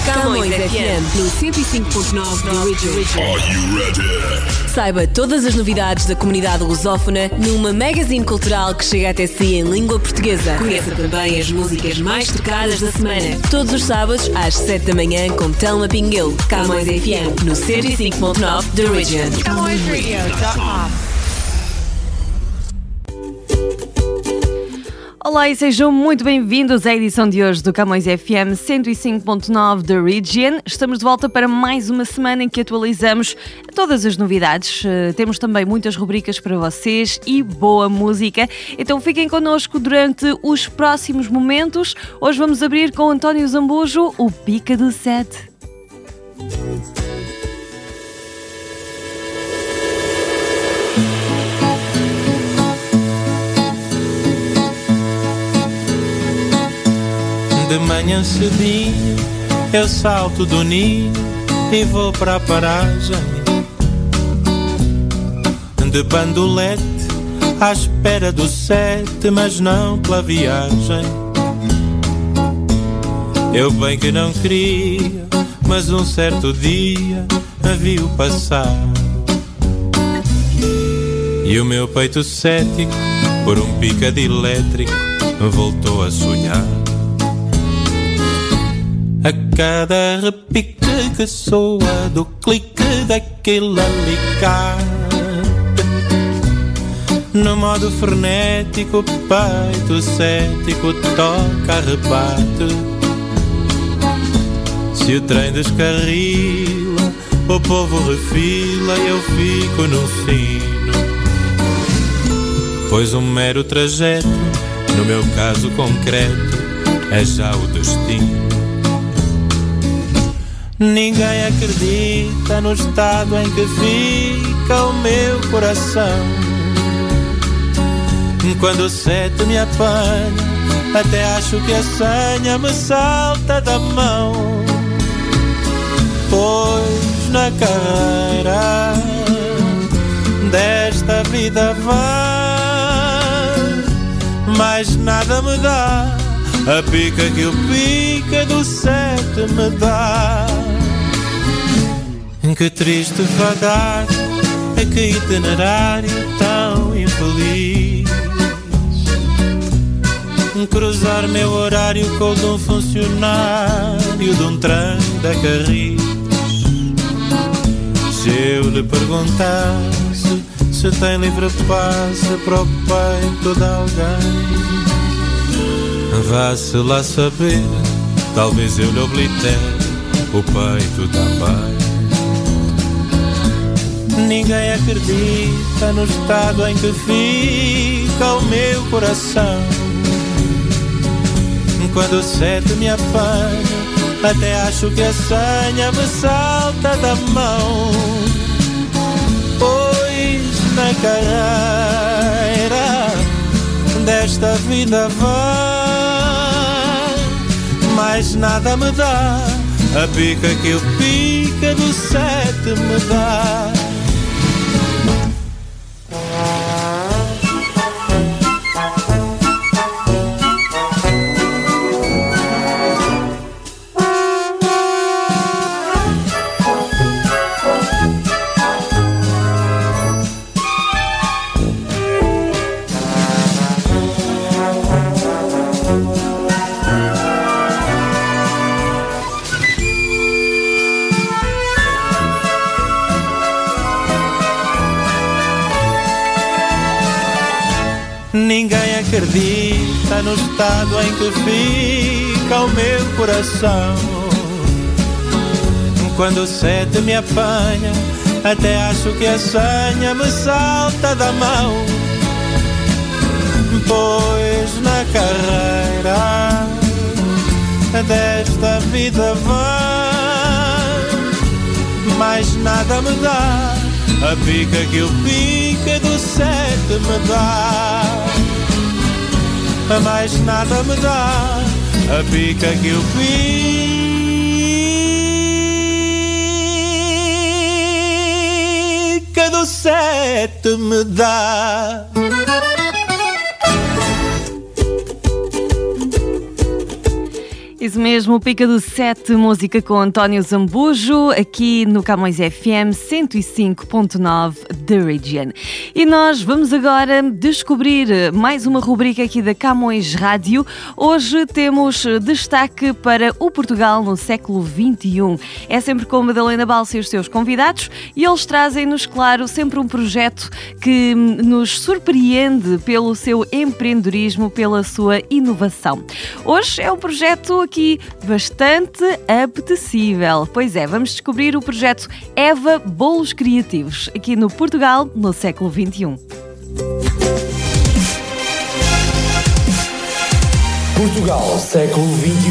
Camões FM, no 105.9 da Region. Are you ready? Saiba todas as novidades da comunidade lusófona numa magazine cultural que chega até si em língua portuguesa. Conheça também as músicas mais tocadas da semana. Todos os sábados, às 7 da manhã, com Telma Pinguel. Camões FM, no 105.9 da Region. CamõesRadio.com. Olá e sejam muito bem-vindos à edição de hoje do Camões FM 105.9 da Region. Estamos de volta para mais uma semana em que atualizamos todas as novidades. Temos também muitas rubricas para vocês e boa música. Então fiquem connosco durante os próximos momentos. Hoje vamos abrir com António Zambujo, o Pica do Sete. De manhã cedinho eu salto do ninho e vou para a paragem de bandolete à espera do sete, mas não pela viagem. Eu bem que não queria, mas um certo dia a vi-o passar e o meu peito cético por um pica de elétrico voltou a sonhar. A cada repique que soa do clique daquele alicate, no modo frenético o peito cético toca a rebate. Se o trem descarrila, o povo refila e eu fico no sino, pois um mero trajeto, no meu caso concreto, é já o destino. Ninguém acredita no estado em que fica o meu coração quando o sete me apanha, até acho que a senha me salta da mão, pois na carreira desta vida vai, mais nada me dá a pica que o pica do sete me dá. Que triste vagar, que itinerário tão infeliz, cruzar meu horário com o de um funcionário de um trem da Carris. Se eu lhe perguntasse se tem livre passe para o peito de alguém, vá-se lá saber, talvez eu lhe oblitere o peito também. Ninguém acredita no estado em que fica o meu coração quando o sete me apanha, até acho que a senha me salta da mão, pois na carreira desta vida vai, mais nada me dá a pica que o pica do sete me dá. Ninguém acredita no estado em que fica o meu coração quando o sete me apanha, até acho que a senha me salta da mão, pois na carreira desta vida vai, mais nada me dá a pica que o pica do sete me dá. Mais nada me dá a pica que o pica do sete me dá. Isso mesmo, o Pica do 7, música com António Zambujo, aqui no Camões FM 105.9 The Region. E nós vamos agora descobrir mais uma rubrica aqui da Camões Rádio. Hoje temos destaque para o Portugal no século XXI. É sempre com a Madalena Balsa e os seus convidados e eles trazem-nos, claro, sempre um projeto que nos surpreende pelo seu empreendedorismo, pela sua inovação. Hoje é um projeto aqui bastante apetecível. Pois é, vamos descobrir o projeto Eva Bolos Criativos, aqui no Portugal no século XXI. Portugal, século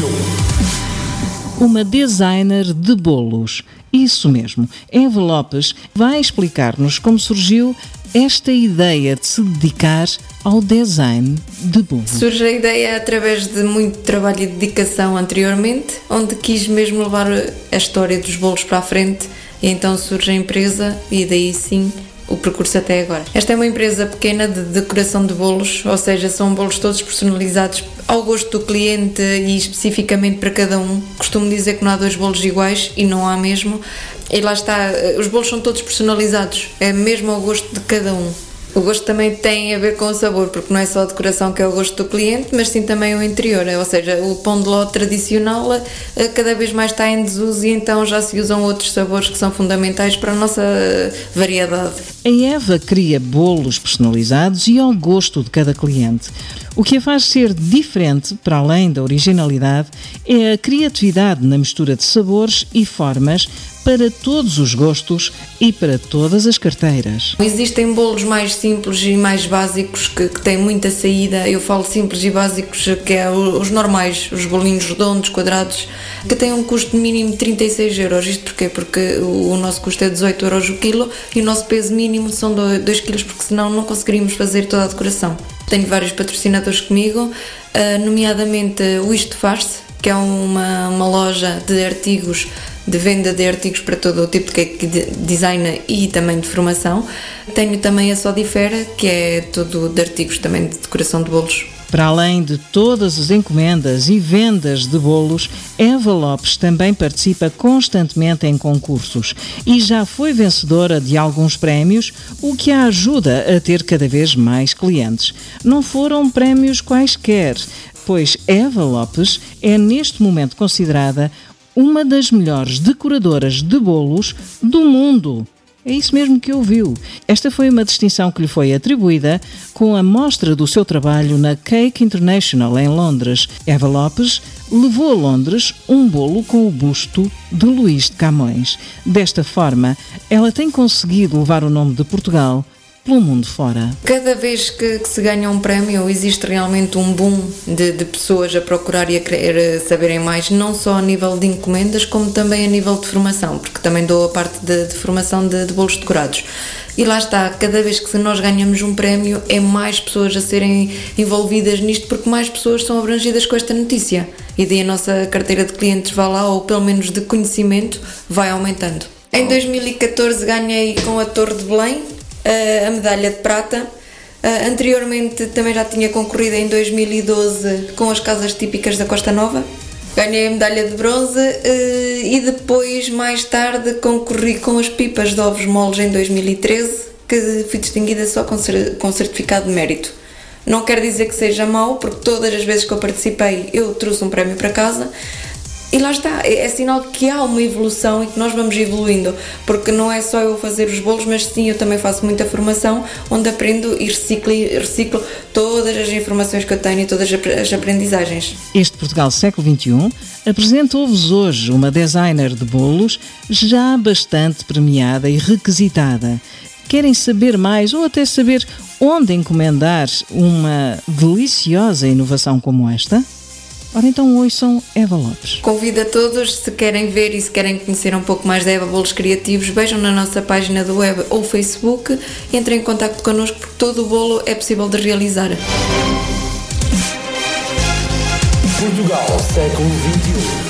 XXI. Uma designer de bolos. Isso mesmo. Eva Lopes vai explicar-nos como surgiu esta ideia de se dedicar ao design de bolos. Surge a ideia através de muito trabalho e dedicação anteriormente, onde quis mesmo levar a história dos bolos para a frente, e então surge a empresa e daí sim o percurso até agora. Esta é uma empresa pequena de decoração de bolos, ou seja, são bolos todos personalizados ao gosto do cliente e especificamente para cada um. Costumo dizer que não há dois bolos iguais e não há mesmo. E lá está, os bolos são todos personalizados, é mesmo ao gosto de cada um. O gosto também tem a ver com o sabor, porque não é só a decoração que é o gosto do cliente, mas sim também o interior, ou seja, o pão de ló tradicional cada vez mais está em desuso e então já se usam outros sabores que são fundamentais para a nossa variedade. A Eva cria bolos personalizados e ao gosto de cada cliente. O que a faz ser diferente, para além da originalidade, é a criatividade na mistura de sabores e formas para todos os gostos e para todas as carteiras. Existem bolos mais simples e mais básicos que têm muita saída. Eu falo simples e básicos, que é os normais, os bolinhos redondos, quadrados, que têm um custo mínimo de 36 euros. Isto porquê? Porque o nosso custo é 18 euros o quilo e o nosso peso mínimo são 2 quilos, porque senão não conseguiríamos fazer toda a decoração. Tenho vários patrocinadores comigo, nomeadamente o Isto Faz-se, que é uma loja de artigos, de venda de artigos para todo o tipo de design e também de formação. Tenho também a Sodifera, que é tudo de artigos também de decoração de bolos. Para além de todas as encomendas e vendas de bolos, Eva Lopes também participa constantemente em concursos e já foi vencedora de alguns prémios, o que a ajuda a ter cada vez mais clientes. Não foram prémios quaisquer, pois Eva Lopes é neste momento considerada uma das melhores decoradoras de bolos do mundo. É isso mesmo que ouviu. Esta foi uma distinção que lhe foi atribuída com a mostra do seu trabalho na Cake International em Londres. Eva Lopes levou a Londres um bolo com o busto de Luís de Camões. Desta forma, ela tem conseguido levar o nome de Portugal pelo mundo fora. Cada vez que se ganha um prémio existe realmente um boom de pessoas a procurar e a querer saberem mais, não só a nível de encomendas como também a nível de formação, porque também dou a parte de formação de bolos decorados. E lá está, cada vez que nós ganhamos um prémio é mais pessoas a serem envolvidas nisto, porque mais pessoas são abrangidas com esta notícia e daí a nossa carteira de clientes vai lá, ou pelo menos de conhecimento vai aumentando. Em 2014 ganhei com a Torre de Belém a medalha de prata. Anteriormente também já tinha concorrido em 2012 com as casas típicas da Costa Nova. Ganhei a medalha de bronze e depois, mais tarde, concorri com as pipas de ovos moles em 2013, que fui distinguida só com certificado de mérito. Não quer dizer que seja mau, porque todas as vezes que eu participei eu trouxe um prémio para casa. E lá está, é sinal que há uma evolução e que nós vamos evoluindo, porque não é só eu fazer os bolos, mas sim, eu também faço muita formação, onde aprendo e reciclo todas as informações que eu tenho e todas as aprendizagens. Este Portugal século XXI apresentou-vos hoje uma designer de bolos já bastante premiada e requisitada. Querem saber mais ou até saber onde encomendar uma deliciosa inovação como esta? Ora então ouçam Eva Lopes. Convido a todos, se querem ver e se querem conhecer um pouco mais da Eva Bolos Criativos, vejam na nossa página do web ou Facebook, entrem em contacto connosco porque todo o bolo é possível de realizar. Portugal, século XXI.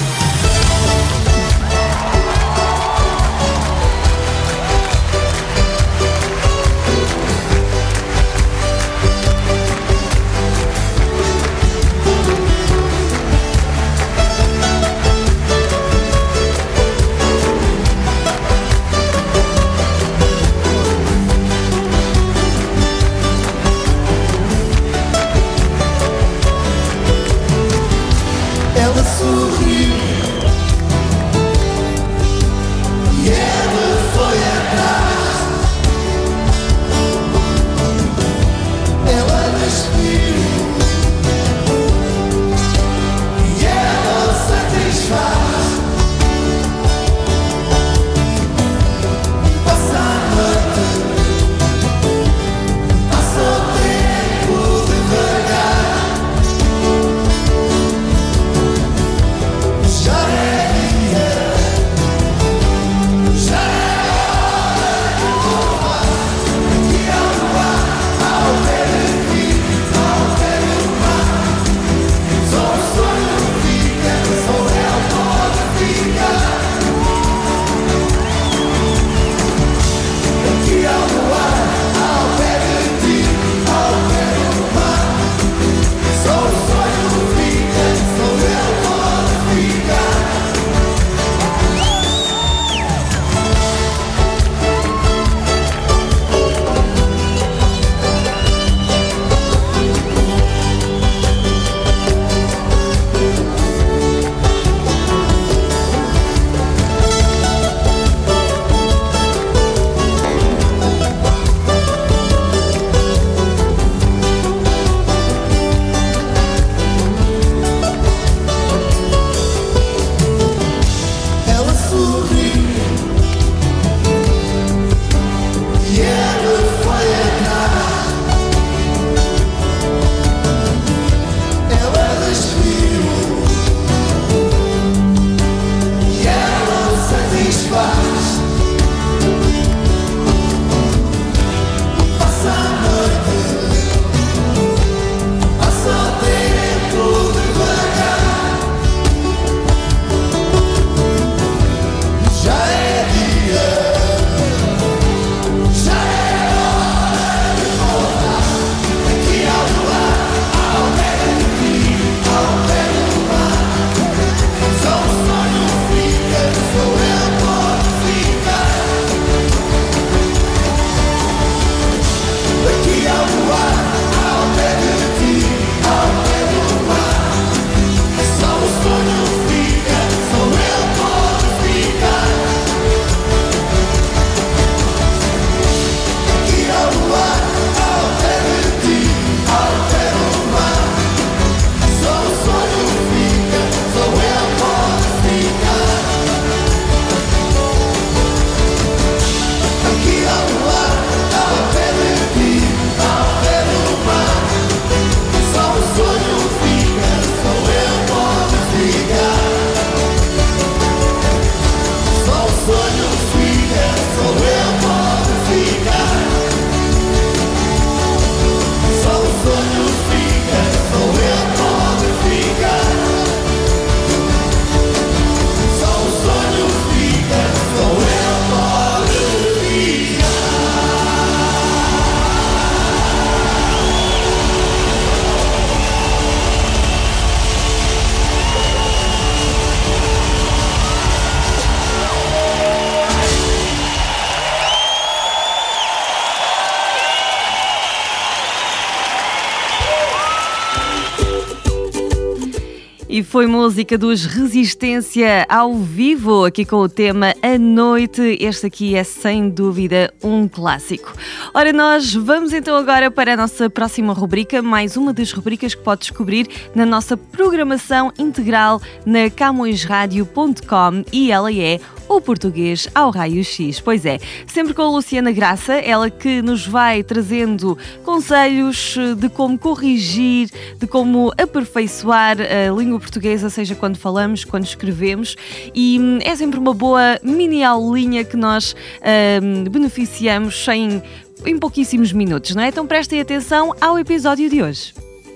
E foi música dos Resistência ao vivo, aqui com o tema A Noite. Este aqui é sem dúvida um clássico. Ora, nós vamos então agora para a nossa próxima rubrica, mais uma das rubricas que pode descobrir na nossa programação integral na camõesradio.com, e ela é o português ao raio-x. Pois é, sempre com a Luciana Graça, ela que nos vai trazendo conselhos de como corrigir, de como aperfeiçoar a língua portuguesa, seja quando falamos, quando escrevemos, e é sempre uma boa mini aulinha que nós beneficiamos em pouquíssimos minutos, não é? Então prestem atenção ao episódio de hoje.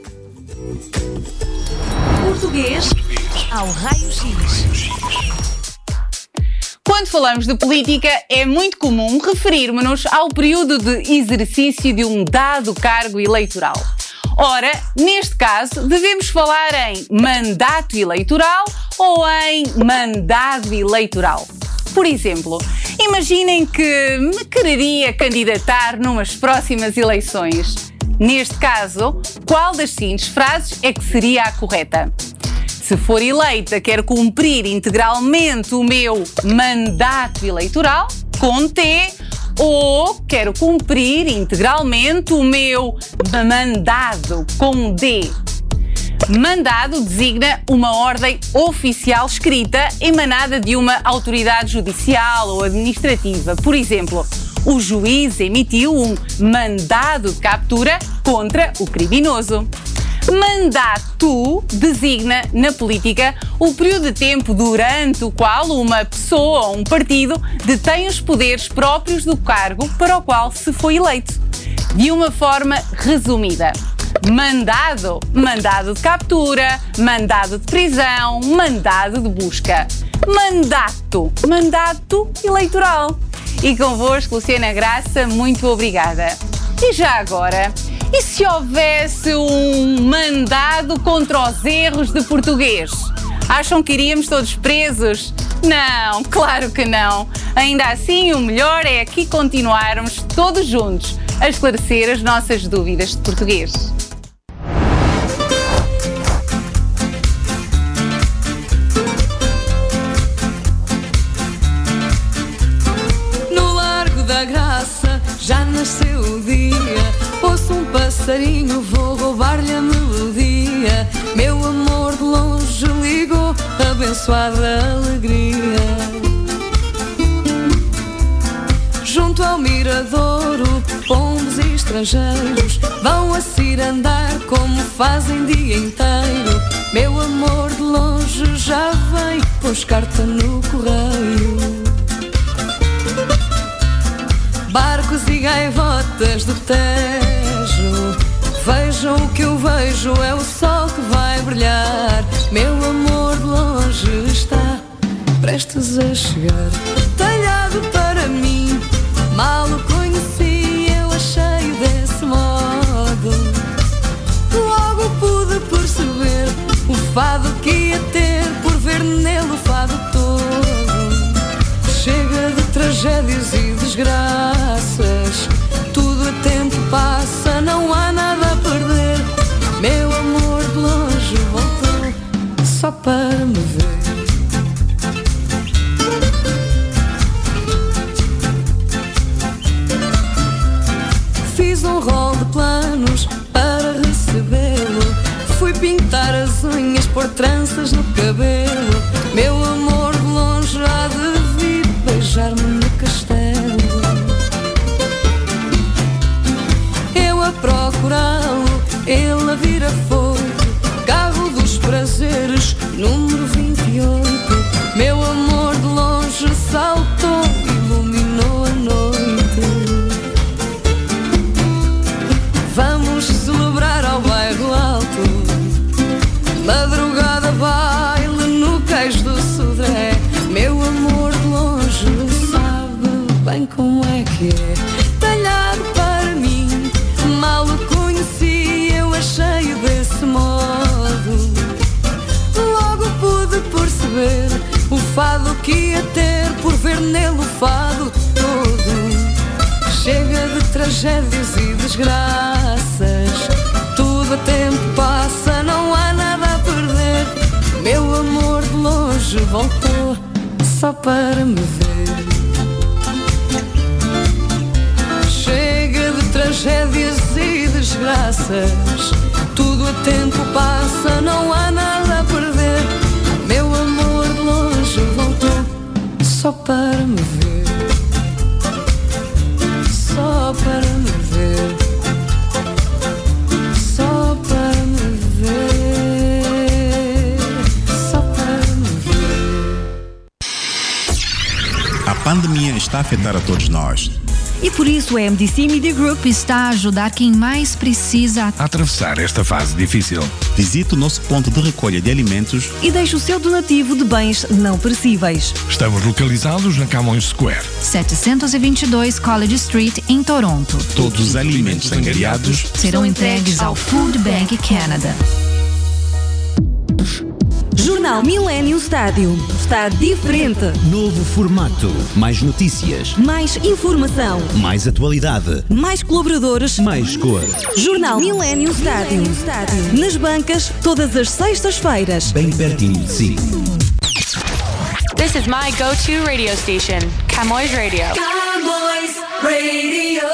Português ao raio-x. Quando falamos de política, é muito comum referirmos-nos ao período de exercício de um dado cargo eleitoral. Ora, neste caso, devemos falar em mandato eleitoral ou em mandado eleitoral. Por exemplo, imaginem que me quereria candidatar numas próximas eleições. Neste caso, qual das seguintes frases é que seria a correta? Se for eleita, quero cumprir integralmente o meu mandato eleitoral, com T, ou quero cumprir integralmente o meu mandado, com D. Mandado designa uma ordem oficial escrita emanada de uma autoridade judicial ou administrativa. Por exemplo, o juiz emitiu um mandado de captura contra o criminoso. Mandato designa, na política, o período de tempo durante o qual uma pessoa ou um partido detém os poderes próprios do cargo para o qual se foi eleito. De uma forma resumida: mandado, mandado de captura, mandado de prisão, mandado de busca. Mandato, mandato eleitoral. E convosco, Luciana Graça, muito obrigada. E já agora, e se houvesse um mandado contra os erros de português? Acham que iríamos todos presos? Não, claro que não. Ainda assim, o melhor é aqui continuarmos todos juntos a esclarecer as nossas dúvidas de português. No Largo da Graça já nasceu o dia. Ouço um passarinho, vou roubar-lhe a melodia. Meu amor de longe ligou, abençoada alegria. Junto ao miradouro, pombos e estrangeiros vão a cirandar como fazem dia inteiro. Meu amor de longe já vem, pôs carta no correio. Barcos e gaivotas do Tejo, vejam o que eu vejo, é o sol que vai brilhar. Meu amor de longe está prestes a chegar. Talhado para mim, mal o conheci, eu achei desse modo. Logo pude perceber o fado que ia ter, por ver nele o fado todo. Chega de tragédias e desgraças, tudo a tempo passa, não há nada a perder. Meu amor de longe voltou só para me ver. Fiz um rol de planos para recebê-lo, fui pintar as unhas, pôr tranças no cabelo. Meu amor de longe há de vir beijar-me no castelo. Eu a procurá-lo, ele a vir afoito, carro dos prazeres, número 28. Meu amor de longe saltou, iluminou a noite. Vamos celebrar ao bairro alto, madrugada baile no cais do Sodré. Meu amor de longe sabe bem como é que é. Talhado para mim, mal o conheci, eu achei desse modo. Logo pude perceber o fado que ia ter, por ver nele o fado todo. Chega de tragédias e desgraças, tudo a tempo passa, não há nada a perder. Meu amor de longe voltou só para me ver. Chega de tragédias e desgraças, tudo a tempo passa, não há nada a perder. Meu amor de longe voltou só para me ver, só para me ver, só para me ver, só para me ver. A pandemia está a afetar a todos nós. E por isso a MDC Media Group está a ajudar quem mais precisa a atravessar esta fase difícil. Visite o nosso ponto de recolha de alimentos e deixe o seu donativo de bens não perecíveis. Estamos localizados na Camões Square, 722 College Street, em Toronto. Todos os alimentos angariados serão entregues ao Food Bank Canada. Jornal Millennium Stadium está diferente. Novo formato, mais notícias, mais informação, mais atualidade, mais colaboradores, mais cor. Jornal Millennium Stadium. Nas bancas, todas as sextas-feiras. Bem pertinho de si. This is my go-to radio station, Camões Radio. Camões Radio.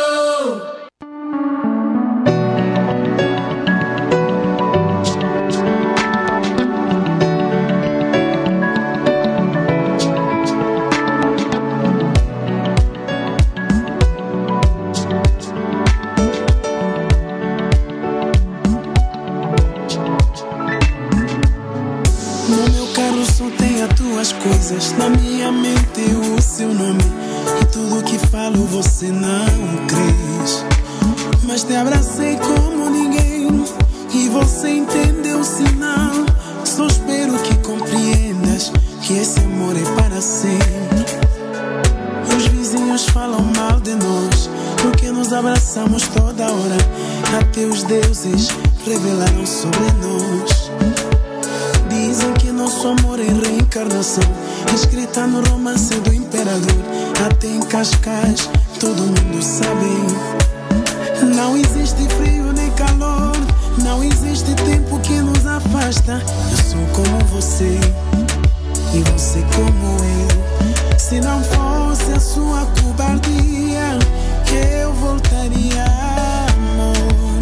Coisas na minha mente, o seu nome, e tudo que falo você não crês. Mas te abracei como ninguém e você entendeu o sinal. Só espero que compreendas que esse amor é para sempre. Os vizinhos falam mal de nós porque nos abraçamos toda hora. Até os deuses revelaram sobre nós. Dizem que nosso amor é reencarnação, escrita no romance do imperador. Até em Cascais todo mundo sabe. Não existe frio nem calor, não existe tempo que nos afasta. Eu sou como você e você como eu. Se não fosse a sua cobardia, eu voltaria, amor.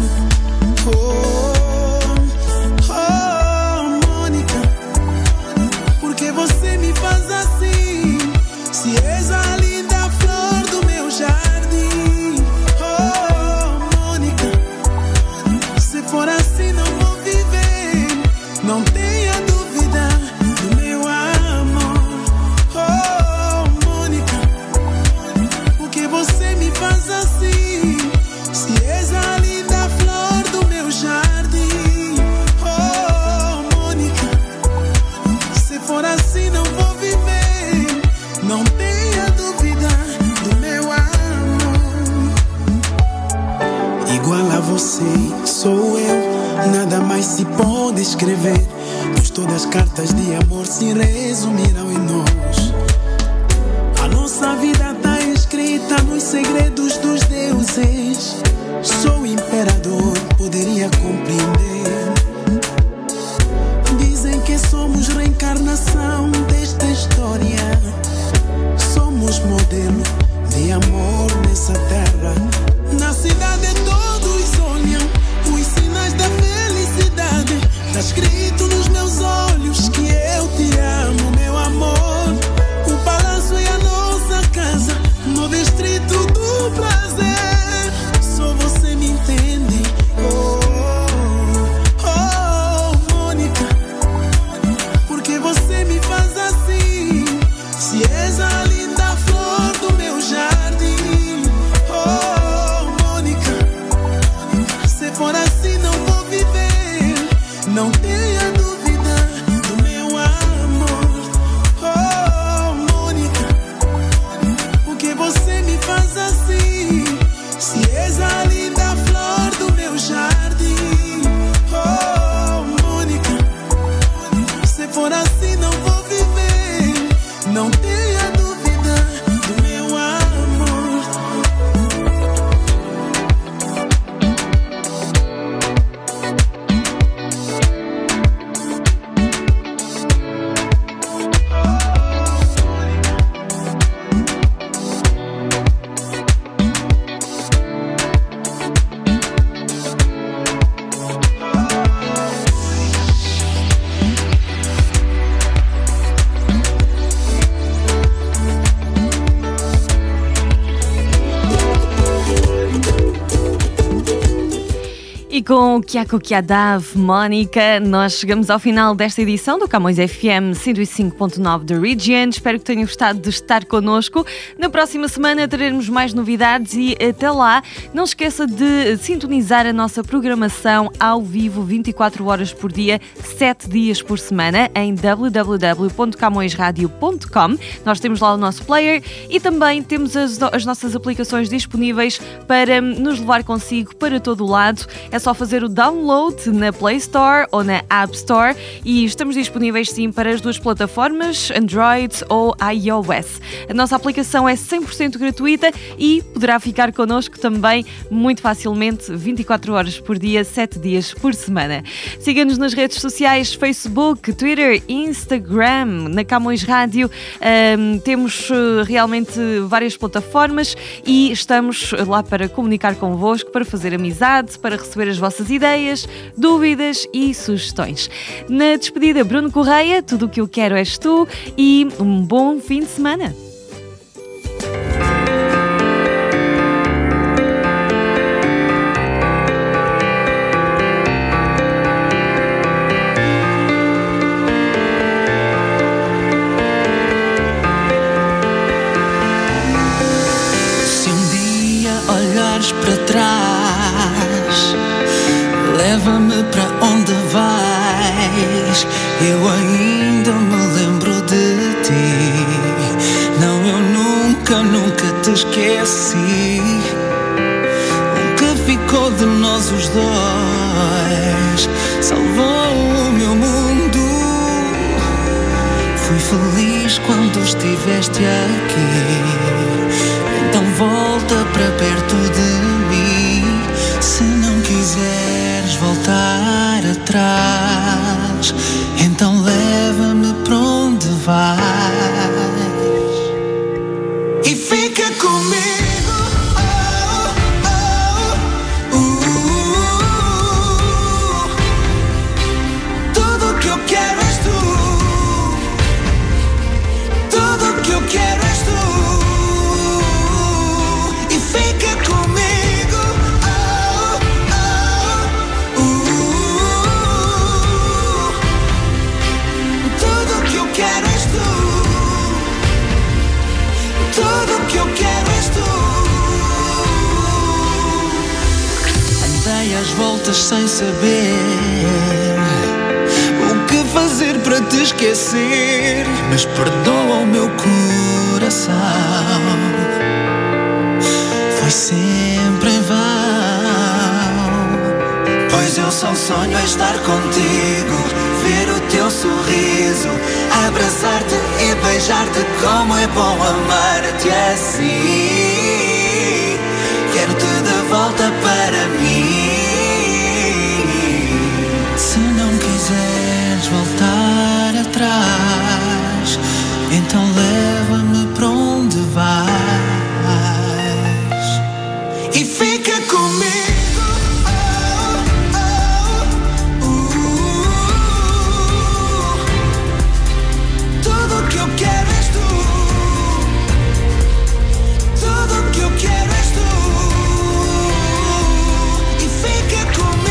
Você me faz assim, se és a linda flor do meu jardim. Oh, Mônica, se for assim não vou viver. Não tenha dúvida do meu amor. Oh, Mônica, porque você me faz assim, se és a linda flor do meu jardim. Oh, Mônica, se for assim não vou viver. Não tenha dúvida do meu amor. Igual a você sou eu, nada mais se pode escrever, pois todas as cartas de amor se resumirão em nós. A nossa vida tá escrita nos segredos dos deuses. Sou imperador, poderia compreender. Dizem que somos reencarnação desta história. Somos modelo de amor nessa terra. Na cidade todos olham os sinais da felicidade. Tá escrito nos meus olhos que eu te amo, meu amor. O palácio é a nossa casa, no distrito do prazer. Só você me entende. Você me faz assim, se és a linda flor do meu jardim. Oh, Mônica, se for assim não vou viver. Não tenha dúvida do meu amor. Oh, Mônica, porque você me faz assim, se és a linda flor do meu jardim. Oh, Mônica, se for assim não vou viver. Não tenha dúvida do meu amor. com o Kiako Kiadav, Mónica, nós chegamos ao final desta edição do Camões FM 105.9 da Region. Espero que tenham gostado de estar connosco. Na próxima semana teremos mais novidades e até lá não esqueça de sintonizar a nossa programação ao vivo 24 horas por dia, 7 dias por semana em www.camõesradio.com. Nós temos lá o nosso player e também temos as nossas aplicações disponíveis para nos levar consigo para todo o lado. É só fazer o download na Play Store ou na App Store e estamos disponíveis sim para as duas plataformas, Android ou iOS. A nossa aplicação é 100% gratuita e poderá ficar connosco também muito facilmente 24 horas por dia, 7 dias por semana. Siga-nos nas redes sociais, Facebook, Twitter, Instagram, na Camões Rádio. Temos realmente várias plataformas e estamos lá para comunicar convosco, para fazer amizade, para receber as vossas ideias, dúvidas e sugestões. Na despedida, Bruno Correia, tudo o que eu quero és tu e um bom fim de semana. Para trás, leva-me para onde vais. Eu ainda me lembro de ti. Não, eu nunca te esqueci. O que ficou de nós os dois salvou o meu mundo. Fui feliz quando estiveste aqui. Então volta para perto de mim. Se não quiseres voltar atrás, então leva-me para onde vais e fica comigo. Tudo o que eu quero és tu. Tudo o que eu quero és tu. Às voltas sem saber o que fazer para te esquecer, mas perdoa o meu coração. Foi sempre em vão, pois eu só sonho em estar contigo, ver o teu sorriso, abraçar-te e beijar-te. Como é bom amar-te assim. Quero-te de volta para mim. Se não quiseres voltar atrás, então leva-me para onde vais e fica comigo. Tudo o que eu quero és tu. Tudo o que eu quero és tu. E fica comigo.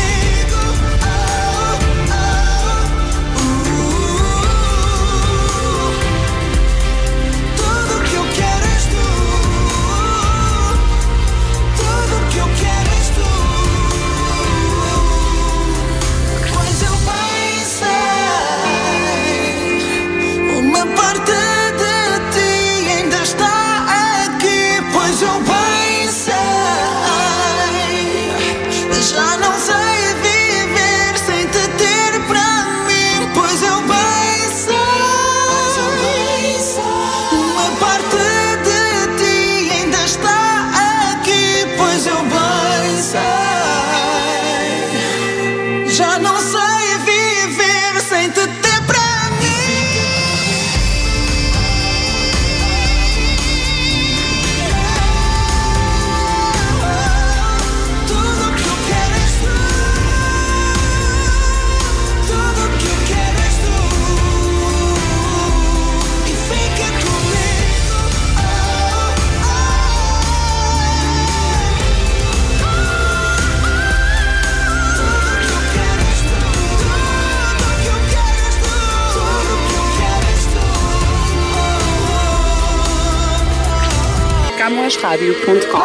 CamõesRádio.com.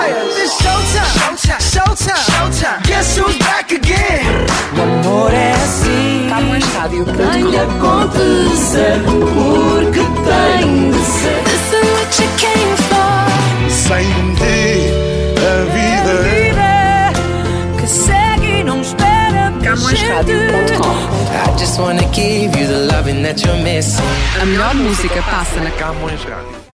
CamõesRádio.com. Tem de acontecer porque tem de ser. Listen what you came for. Sem ti, a vida que segue e não espera por CamõesRádio.com. I just wanna give you the loving that you're missing. A melhor música passa na Camões Rádio.